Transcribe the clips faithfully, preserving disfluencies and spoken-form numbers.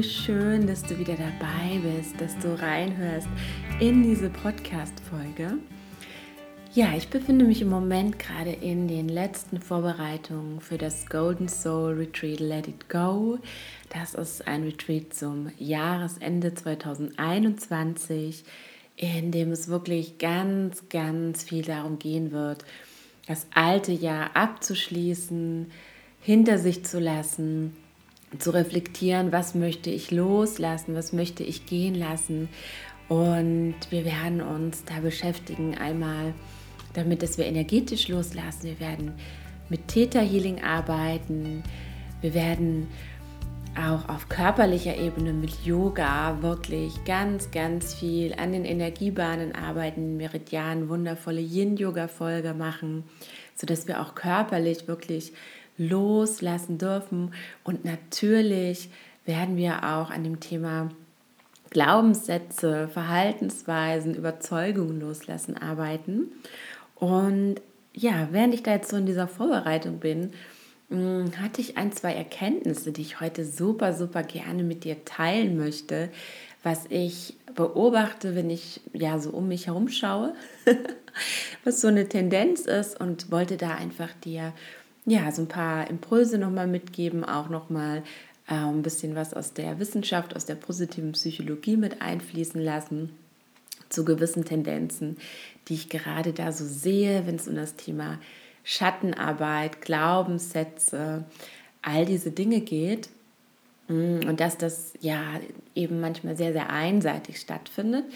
schön, dass du wieder dabei bist, dass du reinhörst in diese Podcast-Folge. Ja, ich befinde mich im Moment gerade in den letzten Vorbereitungen für das Golden Soul Retreat Let It Go. Das ist ein Retreat zum Jahresende zwanzig einundzwanzig, in dem es wirklich ganz, ganz viel darum gehen wird, das alte Jahr abzuschließen, hinter sich zu lassen, zu reflektieren, was möchte ich loslassen, was möchte ich gehen lassen. Und wir werden uns da beschäftigen, einmal damit, dass wir energetisch loslassen. Wir werden mit Theta Healing arbeiten. Wir werden auch auf körperlicher Ebene mit Yoga wirklich ganz, ganz viel an den Energiebahnen arbeiten, Meridianen, wundervolle Yin-Yoga-Folge machen, sodass wir auch körperlich wirklich loslassen dürfen. Und natürlich werden wir auch an dem Thema Glaubenssätze, Verhaltensweisen, Überzeugungen loslassen arbeiten. Und ja, während ich da jetzt so in dieser Vorbereitung bin, hatte ich ein, zwei Erkenntnisse, die ich heute super, super gerne mit dir teilen möchte, was ich beobachte, wenn ich ja so um mich herum schaue, was so eine Tendenz ist, und wollte da einfach dir ja so ein paar Impulse nochmal mitgeben, auch nochmal äh, ein bisschen was aus der Wissenschaft, aus der positiven Psychologie mit einfließen lassen zu gewissen Tendenzen, die ich gerade da so sehe, wenn es um das Thema Schattenarbeit, Glaubenssätze, all diese Dinge geht, und dass das ja eben manchmal sehr, sehr einseitig stattfindet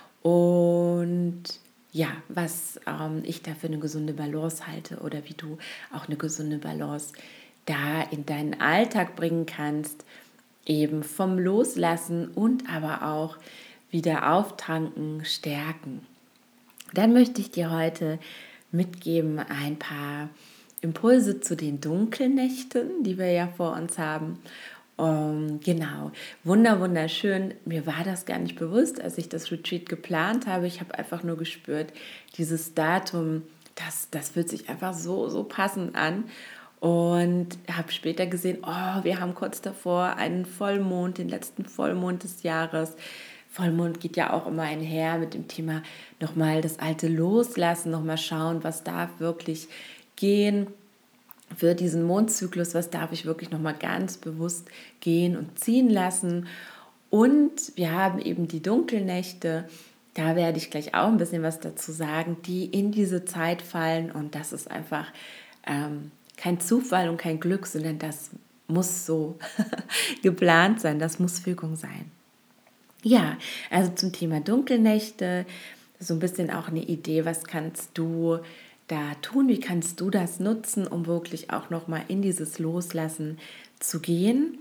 und ja, was ähm, ich da für eine gesunde Balance halte oder wie du auch eine gesunde Balance da in deinen Alltag bringen kannst, eben vom Loslassen und aber auch wieder auftanken, stärken. Dann möchte ich dir heute mitgeben ein paar Impulse zu den Dunkelnächten, die wir ja vor uns haben. Um, genau, wunder, wunderschön. Mir war das gar nicht bewusst, als ich das Retreat geplant habe. Ich habe einfach nur gespürt, dieses Datum, das, das fühlt sich einfach so, so passend an. Und habe später gesehen, oh, wir haben kurz davor einen Vollmond, den letzten Vollmond des Jahres. Vollmond geht ja auch immer einher mit dem Thema nochmal das Alte loslassen, nochmal schauen, was darf wirklich gehen für diesen Mondzyklus, was darf ich wirklich nochmal ganz bewusst gehen und ziehen lassen. Und wir haben eben die Dunkelnächte, da werde ich gleich auch ein bisschen was dazu sagen, die in diese Zeit fallen, und das ist einfach ähm, kein Zufall und kein Glück, sondern das muss so geplant sein, das muss Fügung sein. Ja, also zum Thema Dunkelnächte, so ein bisschen auch eine Idee, was kannst du da tun, wie kannst du das nutzen, um wirklich auch nochmal in dieses Loslassen zu gehen.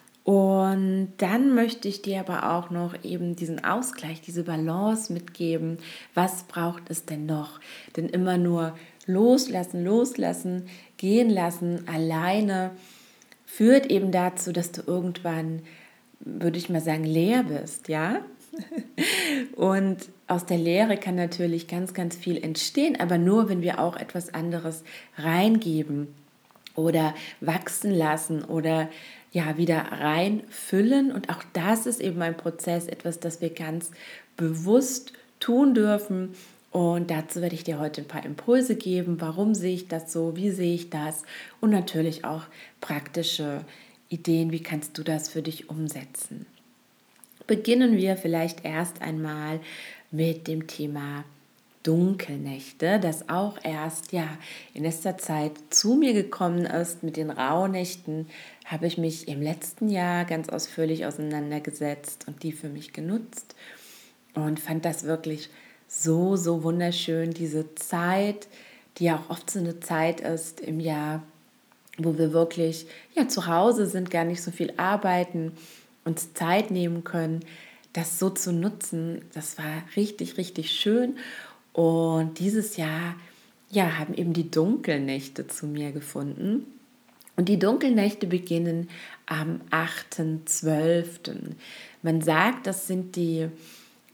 Und dann möchte ich dir aber auch noch eben diesen Ausgleich, diese Balance mitgeben. Was braucht es denn noch? Denn immer nur loslassen, loslassen, gehen lassen, alleine führt eben dazu, dass du irgendwann, würde ich mal sagen, leer bist, ja? Und aus der Leere kann natürlich ganz, ganz viel entstehen, aber nur, wenn wir auch etwas anderes reingeben oder wachsen lassen oder ja, wieder reinfüllen. Und auch das ist eben ein Prozess, etwas, das wir ganz bewusst tun dürfen. Und dazu werde ich dir heute ein paar Impulse geben. Warum sehe ich das so? Wie sehe ich das? Und natürlich auch praktische Ideen, wie kannst du das für dich umsetzen? Beginnen wir vielleicht erst einmal mit dem Thema Dunkelnächte, das auch erst ja in letzter Zeit zu mir gekommen ist. Mit den Rauhnächten habe ich mich im letzten Jahr ganz ausführlich auseinandergesetzt und die für mich genutzt und fand das wirklich so, so wunderschön, diese Zeit, die ja auch oft so eine Zeit ist im Jahr, wo wir wirklich ja zu Hause sind, gar nicht so viel arbeiten, uns Zeit nehmen können, das so zu nutzen. Das war richtig, richtig schön. Und dieses Jahr ja, haben eben die Dunkelnächte zu mir gefunden. Und die Dunkelnächte beginnen am achten zwölften Man sagt, das sind die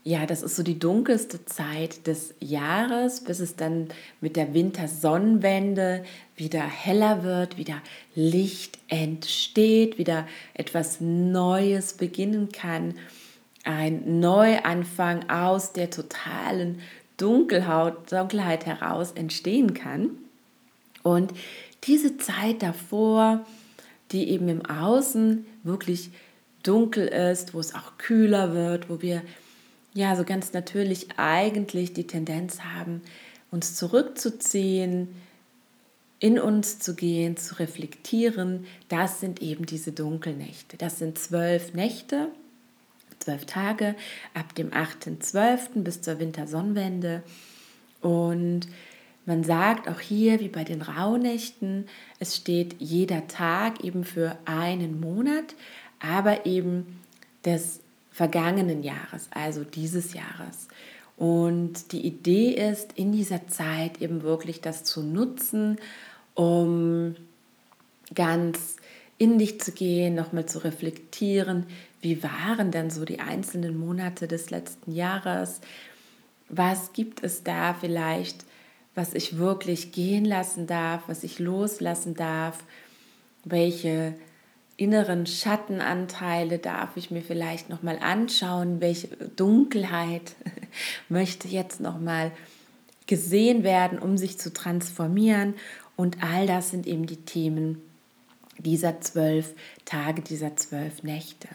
ja, das ist so die dunkelste Zeit des Jahres, bis es dann mit der Wintersonnenwende wieder heller wird, wieder Licht entsteht, wieder etwas Neues beginnen kann, ein Neuanfang aus der totalen Dunkelheit, Dunkelheit heraus entstehen kann. Und diese Zeit davor, die eben im Außen wirklich dunkel ist, wo es auch kühler wird, wo wir ja so ganz natürlich eigentlich die Tendenz haben, uns zurückzuziehen, in uns zu gehen, zu reflektieren, das sind eben diese Dunkelnächte. Das sind zwölf Nächte, zwölf Tage ab dem achten zwölften bis zur Wintersonnenwende. Und man sagt auch hier, wie bei den Rauhnächten, es steht jeder Tag eben für einen Monat, aber eben des vergangenen Jahres, also dieses Jahres. Und die Idee ist, in dieser Zeit eben wirklich das zu nutzen, um ganz in dich zu gehen, nochmal zu reflektieren, wie waren denn so die einzelnen Monate des letzten Jahres? Was gibt es da vielleicht, was ich wirklich gehen lassen darf, was ich loslassen darf? Welche inneren Schattenanteile darf ich mir vielleicht nochmal anschauen? Welche Dunkelheit möchte jetzt nochmal gesehen werden, um sich zu transformieren? Und all das sind eben die Themen dieser zwölf Tage, dieser zwölf Nächte.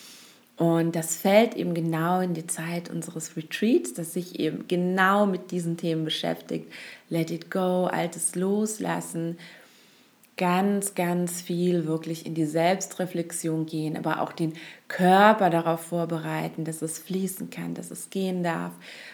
Und das fällt eben genau in die Zeit unseres Retreats, das sich eben genau mit diesen Themen beschäftigt. Let it go, Altes loslassen, ganz, ganz viel wirklich in die Selbstreflexion gehen, aber auch den Körper darauf vorbereiten, dass es fließen kann, dass es gehen darf.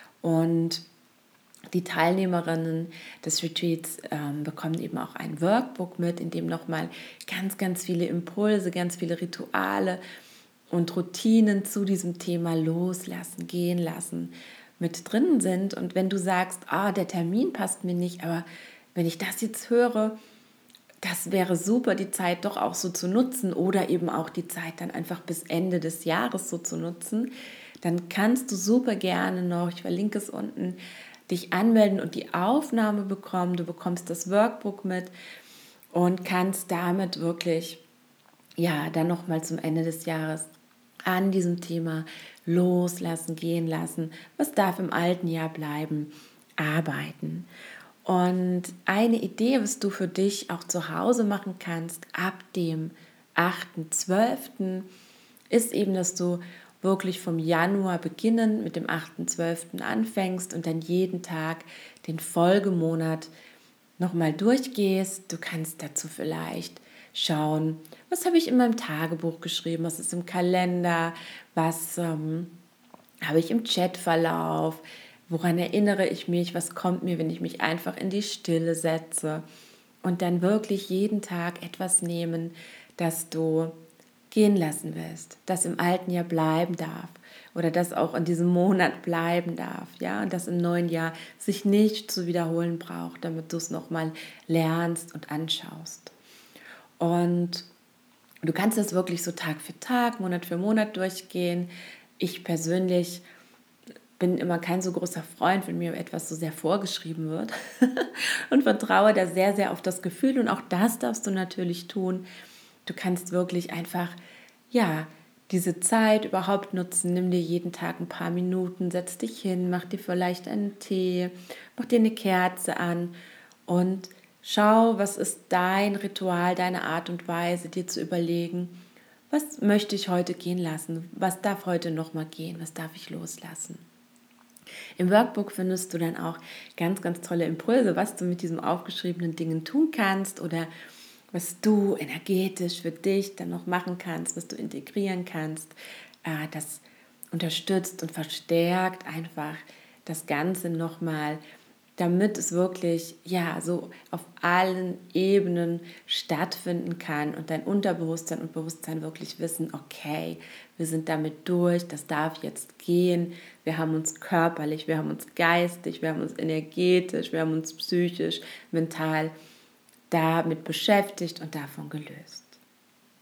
Und die Teilnehmerinnen des Retreats ähm, bekommen eben auch ein Workbook mit, in dem nochmal ganz, ganz viele Impulse, ganz viele Rituale und Routinen zu diesem Thema Loslassen, Gehen lassen mit drin sind. Und wenn du sagst, ah, der Termin passt mir nicht, aber wenn ich das jetzt höre, das wäre super, die Zeit doch auch so zu nutzen oder eben auch die Zeit dann einfach bis Ende des Jahres so zu nutzen, dann kannst du super gerne noch, ich verlinke es unten, dich anmelden und die Aufnahme bekommen. Du bekommst das Workbook mit und kannst damit wirklich, ja, dann nochmal zum Ende des Jahres an diesem Thema loslassen, gehen lassen, was darf im alten Jahr bleiben, arbeiten. Und eine Idee, was du für dich auch zu Hause machen kannst ab dem achten zwölften ist eben, dass du wirklich vom Januar beginnen, mit dem achten zwölften anfängst und dann jeden Tag den Folgemonat nochmal durchgehst. Du kannst dazu vielleicht schauen, was habe ich in meinem Tagebuch geschrieben, was ist im Kalender, was ähm, habe ich im Chatverlauf, woran erinnere ich mich, was kommt mir, wenn ich mich einfach in die Stille setze und dann wirklich jeden Tag etwas nehmen, das du gehen lassen willst, das im alten Jahr bleiben darf oder das auch in diesem Monat bleiben darf, ja, und das im neuen Jahr sich nicht zu wiederholen braucht, damit du es nochmal lernst und anschaust. Und du kannst das wirklich so Tag für Tag, Monat für Monat durchgehen. Ich persönlich bin immer kein so großer Freund, wenn mir etwas so sehr vorgeschrieben wird und vertraue da sehr, sehr auf das Gefühl und auch das darfst du natürlich tun. Du kannst wirklich einfach, ja, diese Zeit überhaupt nutzen. Nimm dir jeden Tag ein paar Minuten, setz dich hin, mach dir vielleicht einen Tee, mach dir eine Kerze an und schau, was ist dein Ritual, deine Art und Weise, dir zu überlegen, was möchte ich heute gehen lassen, was darf heute nochmal gehen, was darf ich loslassen. Im Workbook findest du dann auch ganz, ganz tolle Impulse, was du mit diesen aufgeschriebenen Dingen tun kannst oder was du energetisch für dich dann noch machen kannst, was du integrieren kannst. Das unterstützt und verstärkt einfach das Ganze nochmal, damit es wirklich ja so auf allen Ebenen stattfinden kann und dein Unterbewusstsein und Bewusstsein wirklich wissen, okay, wir sind damit durch, das darf jetzt gehen, wir haben uns körperlich, wir haben uns geistig, wir haben uns energetisch, wir haben uns psychisch, mental damit beschäftigt und davon gelöst.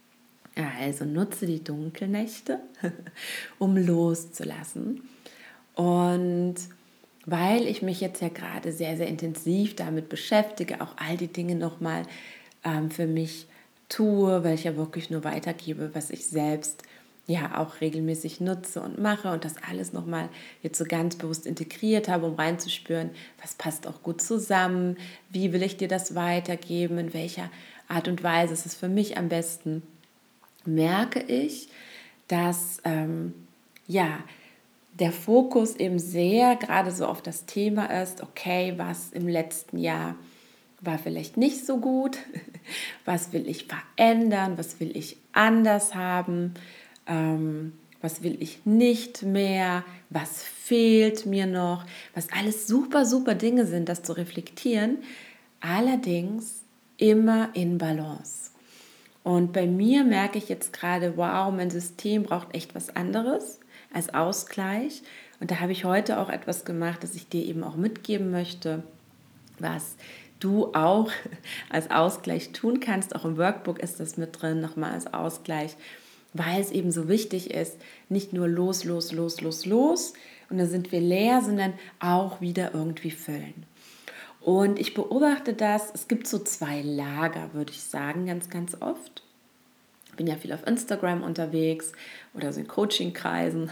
Also nutze die Dunkelnächte, um loszulassen. Und weil ich mich jetzt ja gerade sehr, sehr intensiv damit beschäftige, auch all die Dinge nochmal ähm, für mich tue, weil ich ja wirklich nur weitergebe, was ich selbst ja auch regelmäßig nutze und mache und das alles nochmal jetzt so ganz bewusst integriert habe, um reinzuspüren, was passt auch gut zusammen, wie will ich dir das weitergeben, in welcher Art und Weise ist es für mich am besten, merke ich, dass ähm, ja, der Fokus eben sehr gerade so auf das Thema ist, okay, was im letzten Jahr war vielleicht nicht so gut, was will ich verändern, was will ich anders haben, ähm, was will ich nicht mehr, was fehlt mir noch, was alles super, super Dinge sind, das zu reflektieren, allerdings immer in Balance. Und bei mir merke ich jetzt gerade, wow, mein System braucht echt was anderes als Ausgleich. Und da habe ich heute auch etwas gemacht, das ich dir eben auch mitgeben möchte, was du auch als Ausgleich tun kannst. Auch im Workbook ist das mit drin, nochmal als Ausgleich, weil es eben so wichtig ist, nicht nur los, los, los, los, los und dann sind wir leer, sondern auch wieder irgendwie füllen. Und ich beobachte das, es gibt so zwei Lager, würde ich sagen, ganz, ganz oft. Ich bin ja viel auf Instagram unterwegs oder so in Coaching-Kreisen.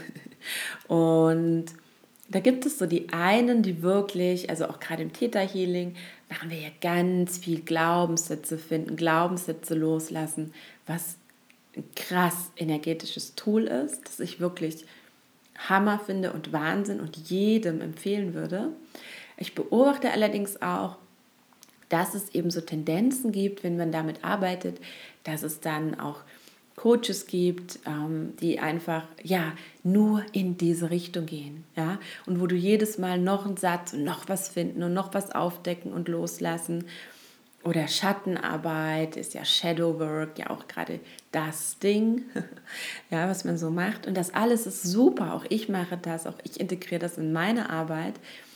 Und da gibt es so die einen, die wirklich, also auch gerade im Theta-Healing, machen wir ja ganz viel Glaubenssätze finden, Glaubenssätze loslassen, was ein krass energetisches Tool ist, das ich wirklich Hammer finde und Wahnsinn und jedem empfehlen würde. Ich beobachte allerdings auch, dass es eben so Tendenzen gibt, wenn man damit arbeitet, dass es dann auch Coaches gibt, ähm, die einfach ja nur in diese Richtung gehen, ja, und wo du jedes Mal noch einen Satz und noch was finden und noch was aufdecken und loslassen. Oder Schattenarbeit ist ja Shadowwork, ja auch gerade das Ding, ja, was man so macht. Und das alles ist super, auch ich mache das, auch ich integriere das in meine Arbeit.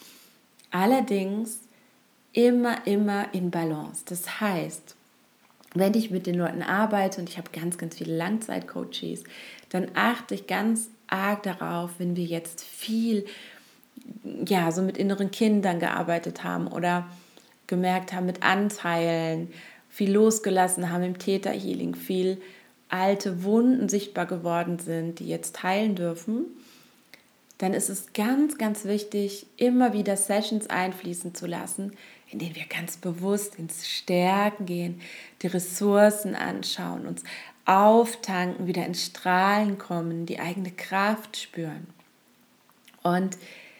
Allerdings immer, immer in Balance. Das heißt, wenn ich mit den Leuten arbeite und ich habe ganz, ganz viele Langzeitcoaches, dann achte ich ganz arg darauf, wenn wir jetzt viel ja, so mit inneren Kindern gearbeitet haben oder gemerkt haben mit Anteilen, viel losgelassen haben im Theta-Healing, viel alte Wunden sichtbar geworden sind, die jetzt heilen dürfen, dann ist es ganz, ganz wichtig, immer wieder Sessions einfließen zu lassen, in denen wir ganz bewusst ins Stärken gehen, die Ressourcen anschauen, uns auftanken, wieder ins Strahlen kommen, die eigene Kraft spüren. Und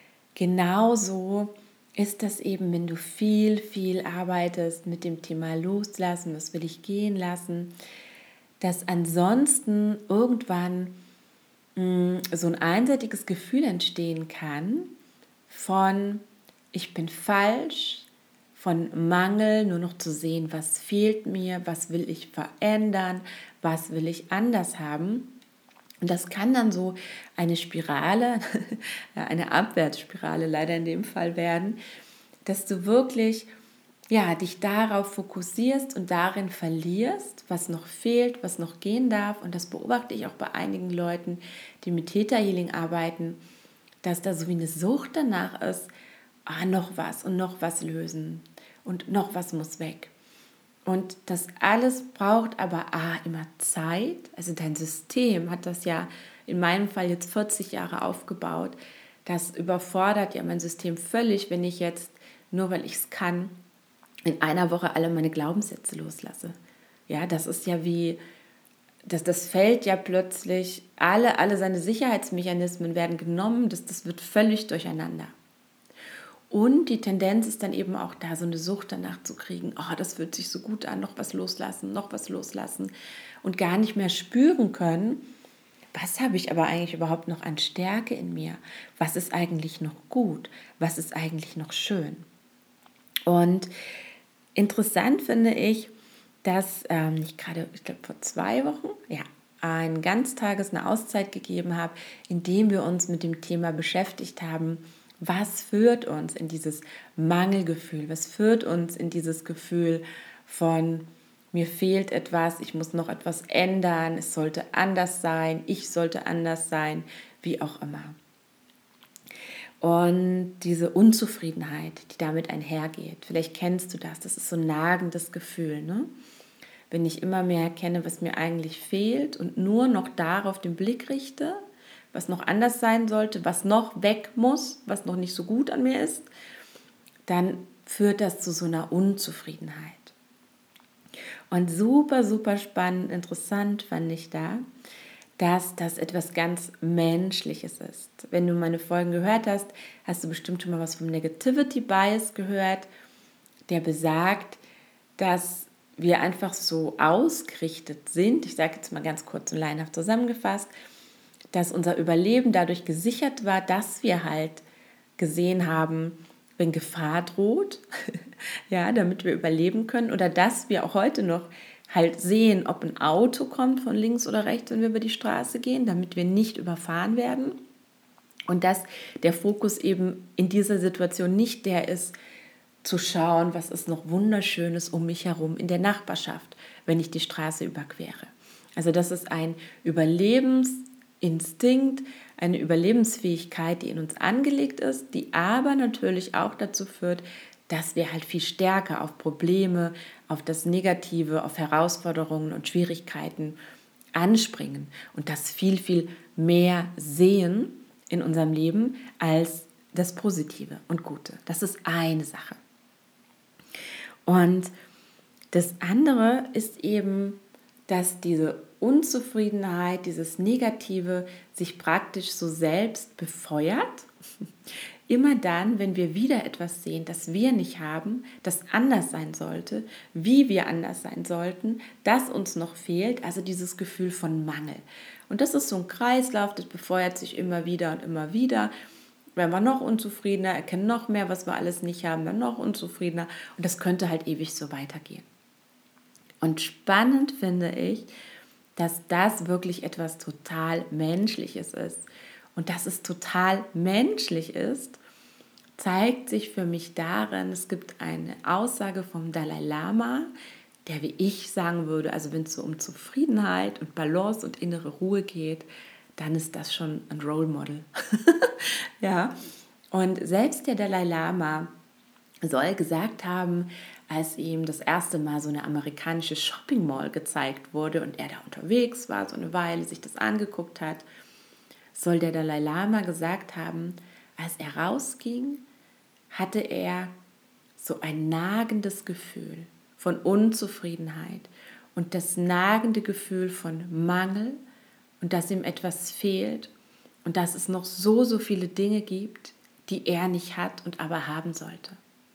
genauso ist das eben, wenn du viel, viel arbeitest mit dem Thema Loslassen, was will ich gehen lassen, dass ansonsten irgendwann mh, so ein einseitiges Gefühl entstehen kann von ich bin falsch, von Mangel, nur noch zu sehen, was fehlt mir, was will ich verändern, was will ich anders haben. Und das kann dann so eine Spirale, eine Abwärtsspirale leider in dem Fall werden, dass du wirklich ja, dich darauf fokussierst und darin verlierst, was noch fehlt, was noch gehen darf. Und das beobachte ich auch bei einigen Leuten, die mit Theta Healing arbeiten, dass da so wie eine Sucht danach ist, ah, noch was und noch was lösen und noch was muss weg. Und das alles braucht aber A, immer Zeit. Also dein System hat das ja in meinem Fall jetzt vierzig Jahre aufgebaut. Das überfordert ja mein System völlig, wenn ich jetzt, nur weil ich es kann, in einer Woche alle meine Glaubenssätze loslasse. Ja, das ist ja wie, das, das fällt ja plötzlich, alle, alle seine Sicherheitsmechanismen werden genommen, das, das wird völlig durcheinander. Und die Tendenz ist dann eben auch da, so eine Sucht danach zu kriegen, oh, das fühlt sich so gut an, noch was loslassen, noch was loslassen und gar nicht mehr spüren können, was habe ich aber eigentlich überhaupt noch an Stärke in mir? Was ist eigentlich noch gut? Was ist eigentlich noch schön? Und interessant finde ich, dass ähm, ich gerade, ich glaube vor zwei Wochen, ja, ein Ganztages, eine Auszeit gegeben habe, in dem wir uns mit dem Thema beschäftigt haben, was führt uns in dieses Mangelgefühl, was führt uns in dieses Gefühl von mir fehlt etwas, ich muss noch etwas ändern, es sollte anders sein, ich sollte anders sein, wie auch immer. und diese Unzufriedenheit, die damit einhergeht. Vielleicht kennst du das, das ist so ein nagendes Gefühl, ne? Wenn ich immer mehr erkenne, was mir eigentlich fehlt und nur noch darauf den Blick richte, was noch anders sein sollte, was noch weg muss, was noch nicht so gut an mir ist, dann führt das zu so einer Unzufriedenheit. Und super, super spannend, interessant fand ich da, dass das etwas ganz Menschliches ist. Wenn du meine Folgen gehört hast, hast du bestimmt schon mal was vom Negativity Bias gehört, der besagt, dass wir einfach so ausgerichtet sind, ich sage jetzt mal ganz kurz und laienhaft zusammengefasst, dass unser Überleben dadurch gesichert war, dass wir halt gesehen haben, wenn Gefahr droht, ja, damit wir überleben können, oder dass wir auch heute noch halt sehen, ob ein Auto kommt von links oder rechts, wenn wir über die Straße gehen, damit wir nicht überfahren werden. Und dass der Fokus eben in dieser Situation nicht der ist, zu schauen, was ist noch Wunderschönes um mich herum in der Nachbarschaft, wenn ich die Straße überquere. Also das ist ein Überlebensinstinkt, eine Überlebensfähigkeit, die in uns angelegt ist, die aber natürlich auch dazu führt, dass wir halt viel stärker auf Probleme, auf das Negative, auf Herausforderungen und Schwierigkeiten anspringen und das viel, viel mehr sehen in unserem Leben als das Positive und Gute. Das ist eine Sache. Und das andere ist eben, dass diese Unzufriedenheit, dieses Negative sich praktisch so selbst befeuert. Immer dann, wenn wir wieder etwas sehen, das wir nicht haben, das anders sein sollte, wie wir anders sein sollten, das uns noch fehlt, also dieses Gefühl von Mangel. Und das ist so ein Kreislauf, das befeuert sich immer wieder und immer wieder. Werden wir noch unzufriedener, erkennen noch mehr, was wir alles nicht haben, dann noch unzufriedener. Und das könnte halt ewig so weitergehen. Und spannend finde ich, dass das wirklich etwas total Menschliches ist. Und dass es total menschlich ist, zeigt sich für mich darin, es gibt eine Aussage vom Dalai Lama, der, wie ich sagen würde, also wenn es so um Zufriedenheit und Balance und innere Ruhe geht, dann ist das schon ein Role Model. Ja, und selbst der Dalai Lama soll gesagt haben, als ihm das erste Mal so eine amerikanische Shopping Mall gezeigt wurde und er da unterwegs war, so eine Weile sich das angeguckt hat, soll der Dalai Lama gesagt haben, als er rausging, hatte er so ein nagendes Gefühl von Unzufriedenheit und das nagende Gefühl von Mangel und dass ihm etwas fehlt und dass es noch so, so viele Dinge gibt, die er nicht hat und aber haben sollte.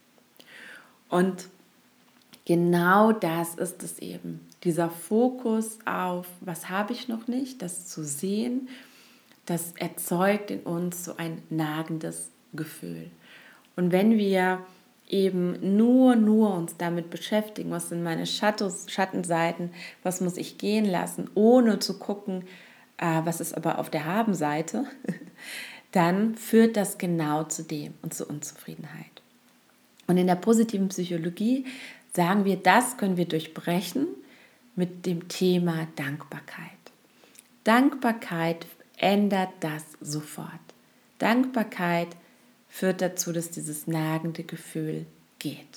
Und genau das ist es eben, dieser Fokus auf, was habe ich noch nicht, das zu sehen, das erzeugt in uns so ein nagendes Gefühl. Und wenn wir eben nur, nur uns damit beschäftigen, was sind meine Schattes, Schattenseiten, was muss ich gehen lassen, ohne zu gucken, äh, was ist aber auf der Habenseite, dann führt das genau zu dem und zur Unzufriedenheit. Und in der positiven Psychologie sagen wir, das können wir durchbrechen mit dem Thema Dankbarkeit. Dankbarkeit ändert das sofort. Dankbarkeit führt dazu, dass dieses nagende Gefühl geht.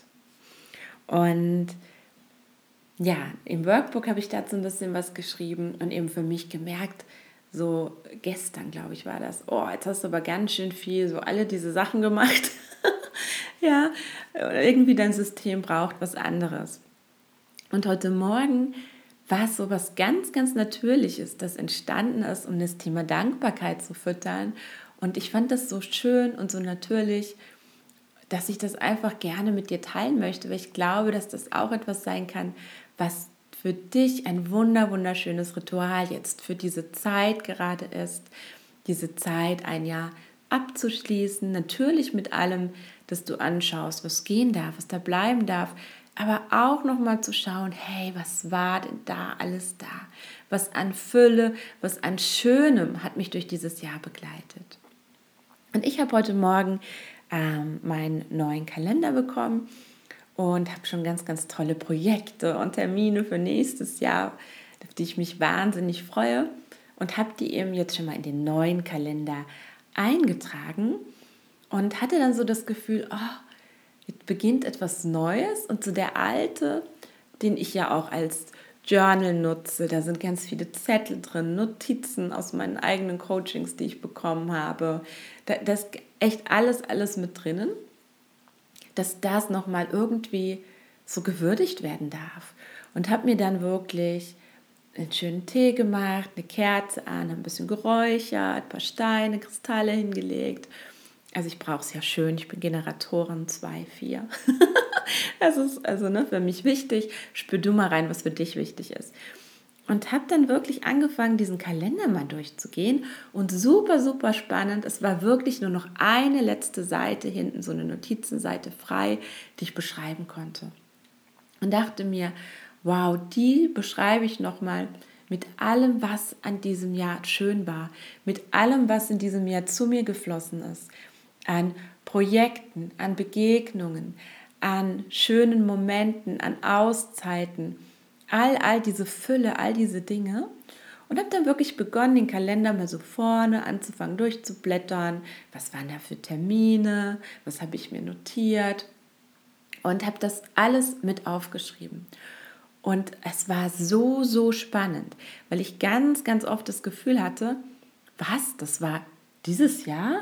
Und ja, im Workbook habe ich dazu ein bisschen was geschrieben und eben für mich gemerkt, so gestern, glaube ich, war das, oh, jetzt hast du aber ganz schön viel, so alle diese Sachen gemacht. Ja, irgendwie dein System braucht was anderes. Und heute Morgen war es so was ganz, ganz Natürliches, das entstanden ist, um das Thema Dankbarkeit zu füttern. Und ich fand das so schön und so natürlich, dass ich das einfach gerne mit dir teilen möchte, weil ich glaube, dass das auch etwas sein kann, was für dich ein wunder, wunderschönes Ritual jetzt für diese Zeit gerade ist, diese Zeit ein Jahr abzuschließen, natürlich mit allem, das du anschaust, was gehen darf, was da bleiben darf, aber auch nochmal zu schauen, hey, was war denn da alles da? Was an Fülle, was an Schönem hat mich durch dieses Jahr begleitet. Und ich habe heute Morgen ähm, meinen neuen Kalender bekommen und habe schon ganz, ganz tolle Projekte und Termine für nächstes Jahr, auf die ich mich wahnsinnig freue und habe die eben jetzt schon mal in den neuen Kalender eingetragen. und hatte dann so das Gefühl, oh, jetzt beginnt etwas Neues und so der alte, den ich ja auch als Journal nutze, da sind ganz viele Zettel drin, Notizen aus meinen eigenen Coachings, die ich bekommen habe, da, da ist echt alles, alles mit drinnen, dass das nochmal irgendwie so gewürdigt werden darf. Und habe mir dann wirklich einen schönen Tee gemacht, eine Kerze an, ein bisschen geräuchert, ein paar Steine, Kristalle hingelegt. Also ich brauche es ja schön, ich bin Generatorin zwei, vier. Das ist also ne, für mich wichtig. Spür du mal rein, was für dich wichtig ist. Und habe dann wirklich angefangen, diesen Kalender mal durchzugehen. Und super, super spannend. Es war wirklich nur noch eine letzte Seite hinten, so eine Notizenseite frei, die ich beschreiben konnte. Und dachte mir, wow, die beschreibe ich nochmal mit allem, was an diesem Jahr schön war. Mit allem, was in diesem Jahr zu mir geflossen ist. An Projekten, an Begegnungen, an schönen Momenten, an Auszeiten, all, all diese Fülle, all diese Dinge. Und habe dann wirklich begonnen, den Kalender mal so vorne anzufangen, durchzublättern. Was waren da für Termine? Was habe ich mir notiert? Und habe das alles mit aufgeschrieben. Und es war so, so spannend, weil ich ganz, ganz oft das Gefühl hatte, was, das war dieses Jahr?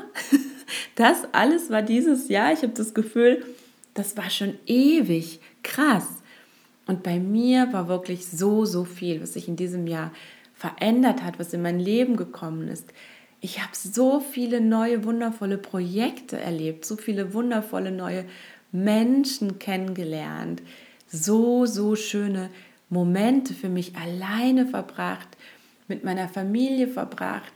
Das alles war dieses Jahr? Ich habe das Gefühl, das war schon ewig, krass. Und bei mir war wirklich so, so viel, was sich in diesem Jahr verändert hat, was in mein Leben gekommen ist. Ich habe so viele neue, wundervolle Projekte erlebt, so viele wundervolle neue Menschen kennengelernt, so, so schöne Momente für mich alleine verbracht, mit meiner Familie verbracht,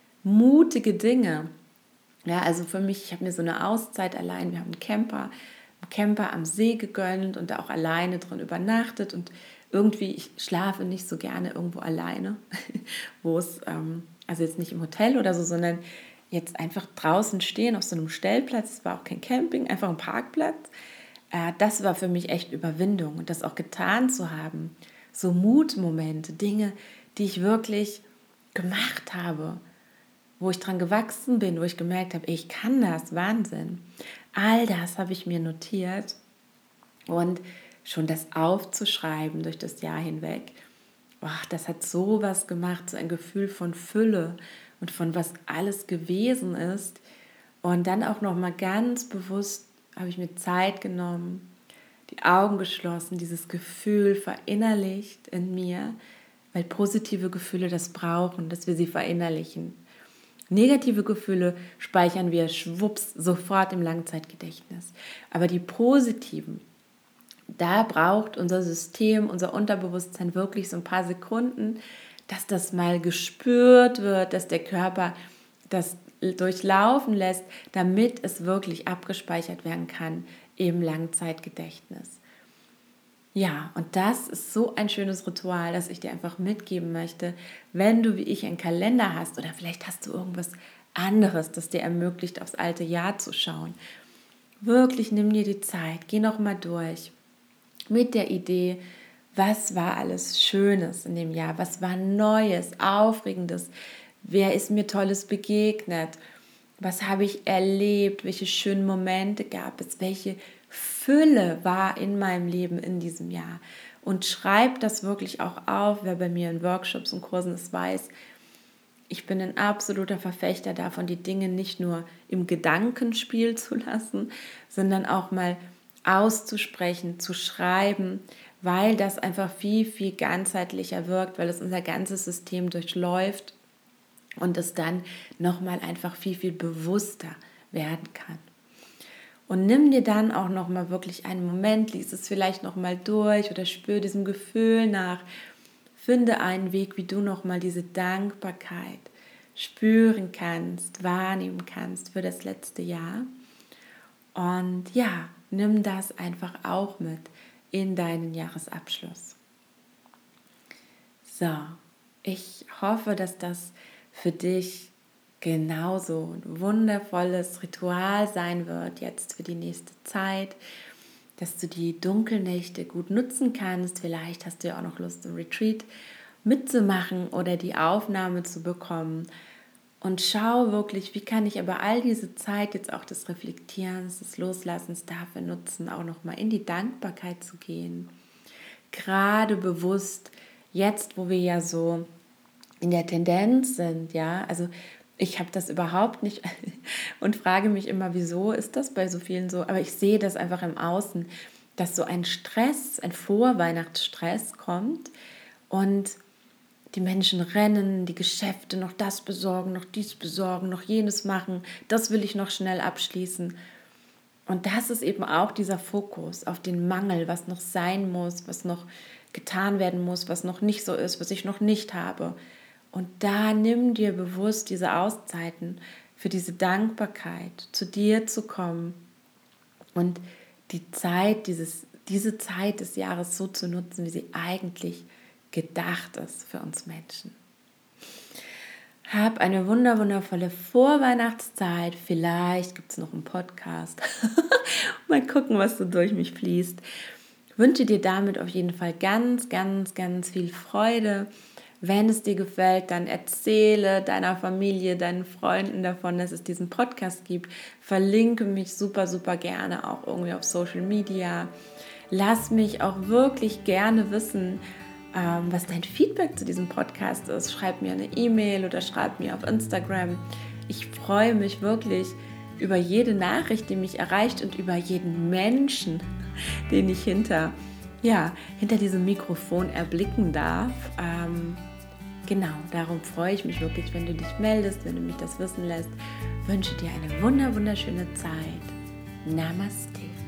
mutige Dinge. Ja, also für mich, ich habe mir so eine Auszeit allein, wir haben einen Camper, einen Camper am See gegönnt und da auch alleine drin übernachtet und irgendwie, ich schlafe nicht so gerne irgendwo alleine, wo es, ähm, also jetzt nicht im Hotel oder so, sondern jetzt einfach draußen stehen auf so einem Stellplatz, es war auch kein Camping, einfach ein Parkplatz. Äh, das war für mich echt Überwindung und das auch getan zu haben, so Mutmomente, Dinge, die ich wirklich gemacht habe, wo ich dran gewachsen bin, wo ich gemerkt habe, ich kann das, Wahnsinn. All das habe ich mir notiert und schon das aufzuschreiben durch das Jahr hinweg, oh, das hat so was gemacht, so ein Gefühl von Fülle und von was alles gewesen ist. Und dann auch nochmal ganz bewusst habe ich mir Zeit genommen, die Augen geschlossen, dieses Gefühl verinnerlicht in mir, weil positive Gefühle das brauchen, dass wir sie verinnerlichen. Negative Gefühle speichern wir schwupps sofort im Langzeitgedächtnis. Aber die positiven, da braucht unser System, unser Unterbewusstsein wirklich so ein paar Sekunden, dass das mal gespürt wird, dass der Körper das durchlaufen lässt, damit es wirklich abgespeichert werden kann im Langzeitgedächtnis. Ja, und das ist so ein schönes Ritual, das ich dir einfach mitgeben möchte, wenn du wie ich einen Kalender hast oder vielleicht hast du irgendwas anderes, das dir ermöglicht, aufs alte Jahr zu schauen. Wirklich nimm dir die Zeit, geh noch mal durch mit der Idee, was war alles Schönes in dem Jahr, was war Neues, Aufregendes, wer ist mir Tolles begegnet, was habe ich erlebt, welche schönen Momente gab es, welche Fülle war in meinem Leben in diesem Jahr. Und schreib das wirklich auch auf, wer bei mir in Workshops und Kursen es weiß. Ich bin ein absoluter Verfechter davon, die Dinge nicht nur im Gedankenspiel zu lassen, sondern auch mal auszusprechen, zu schreiben, weil das einfach viel, viel ganzheitlicher wirkt, weil es unser ganzes System durchläuft und es dann nochmal einfach viel, viel bewusster werden kann. Und nimm dir dann auch nochmal wirklich einen Moment, lies es vielleicht nochmal durch oder spür diesem Gefühl nach. Finde einen Weg, wie du nochmal diese Dankbarkeit spüren kannst, wahrnehmen kannst für das letzte Jahr. Und ja, nimm das einfach auch mit in deinen Jahresabschluss. So, ich hoffe, dass das für dich genauso ein wundervolles Ritual sein wird jetzt für die nächste Zeit, dass du die Dunkelnächte gut nutzen kannst. Vielleicht hast du ja auch noch Lust, im Retreat mitzumachen oder die Aufnahme zu bekommen. Und schau wirklich, wie kann ich aber all diese Zeit jetzt auch des Reflektierens, des Loslassens dafür nutzen, auch nochmal in die Dankbarkeit zu gehen. Gerade bewusst, jetzt wo wir ja so in der Tendenz sind, ja, also ich habe das überhaupt nicht und frage mich immer, wieso ist das bei so vielen so, aber ich sehe das einfach im Außen, dass so ein Stress, ein Vorweihnachtsstress kommt und die Menschen rennen, die Geschäfte noch das besorgen, noch dies besorgen, noch jenes machen, das will ich noch schnell abschließen. Und das ist eben auch dieser Fokus auf den Mangel, was noch sein muss, was noch getan werden muss, was noch nicht so ist, was ich noch nicht habe. Und da nimm dir bewusst diese Auszeiten für diese Dankbarkeit, zu dir zu kommen und die Zeit, dieses, diese Zeit des Jahres so zu nutzen, wie sie eigentlich gedacht ist für uns Menschen. Hab eine wunder, wundervolle Vorweihnachtszeit. Vielleicht gibt es noch einen Podcast. Mal gucken, was so durch mich fließt. Ich wünsche dir damit auf jeden Fall ganz, ganz, ganz viel Freude. Wenn es dir gefällt, dann erzähle deiner Familie, deinen Freunden davon, dass es diesen Podcast gibt. Verlinke mich super, super gerne auch irgendwie auf Social Media. Lass mich auch wirklich gerne wissen, was dein Feedback zu diesem Podcast ist. Schreib mir eine E-Mail oder schreib mir auf Instagram. Ich freue mich wirklich über jede Nachricht, die mich erreicht und über jeden Menschen, den ich hinter, ja, hinter diesem Mikrofon erblicken darf. Ähm, genau, darum freue ich mich wirklich, wenn du dich meldest, wenn du mich das wissen lässt. Ich wünsche dir eine wunder, wunderschöne Zeit. Namaste.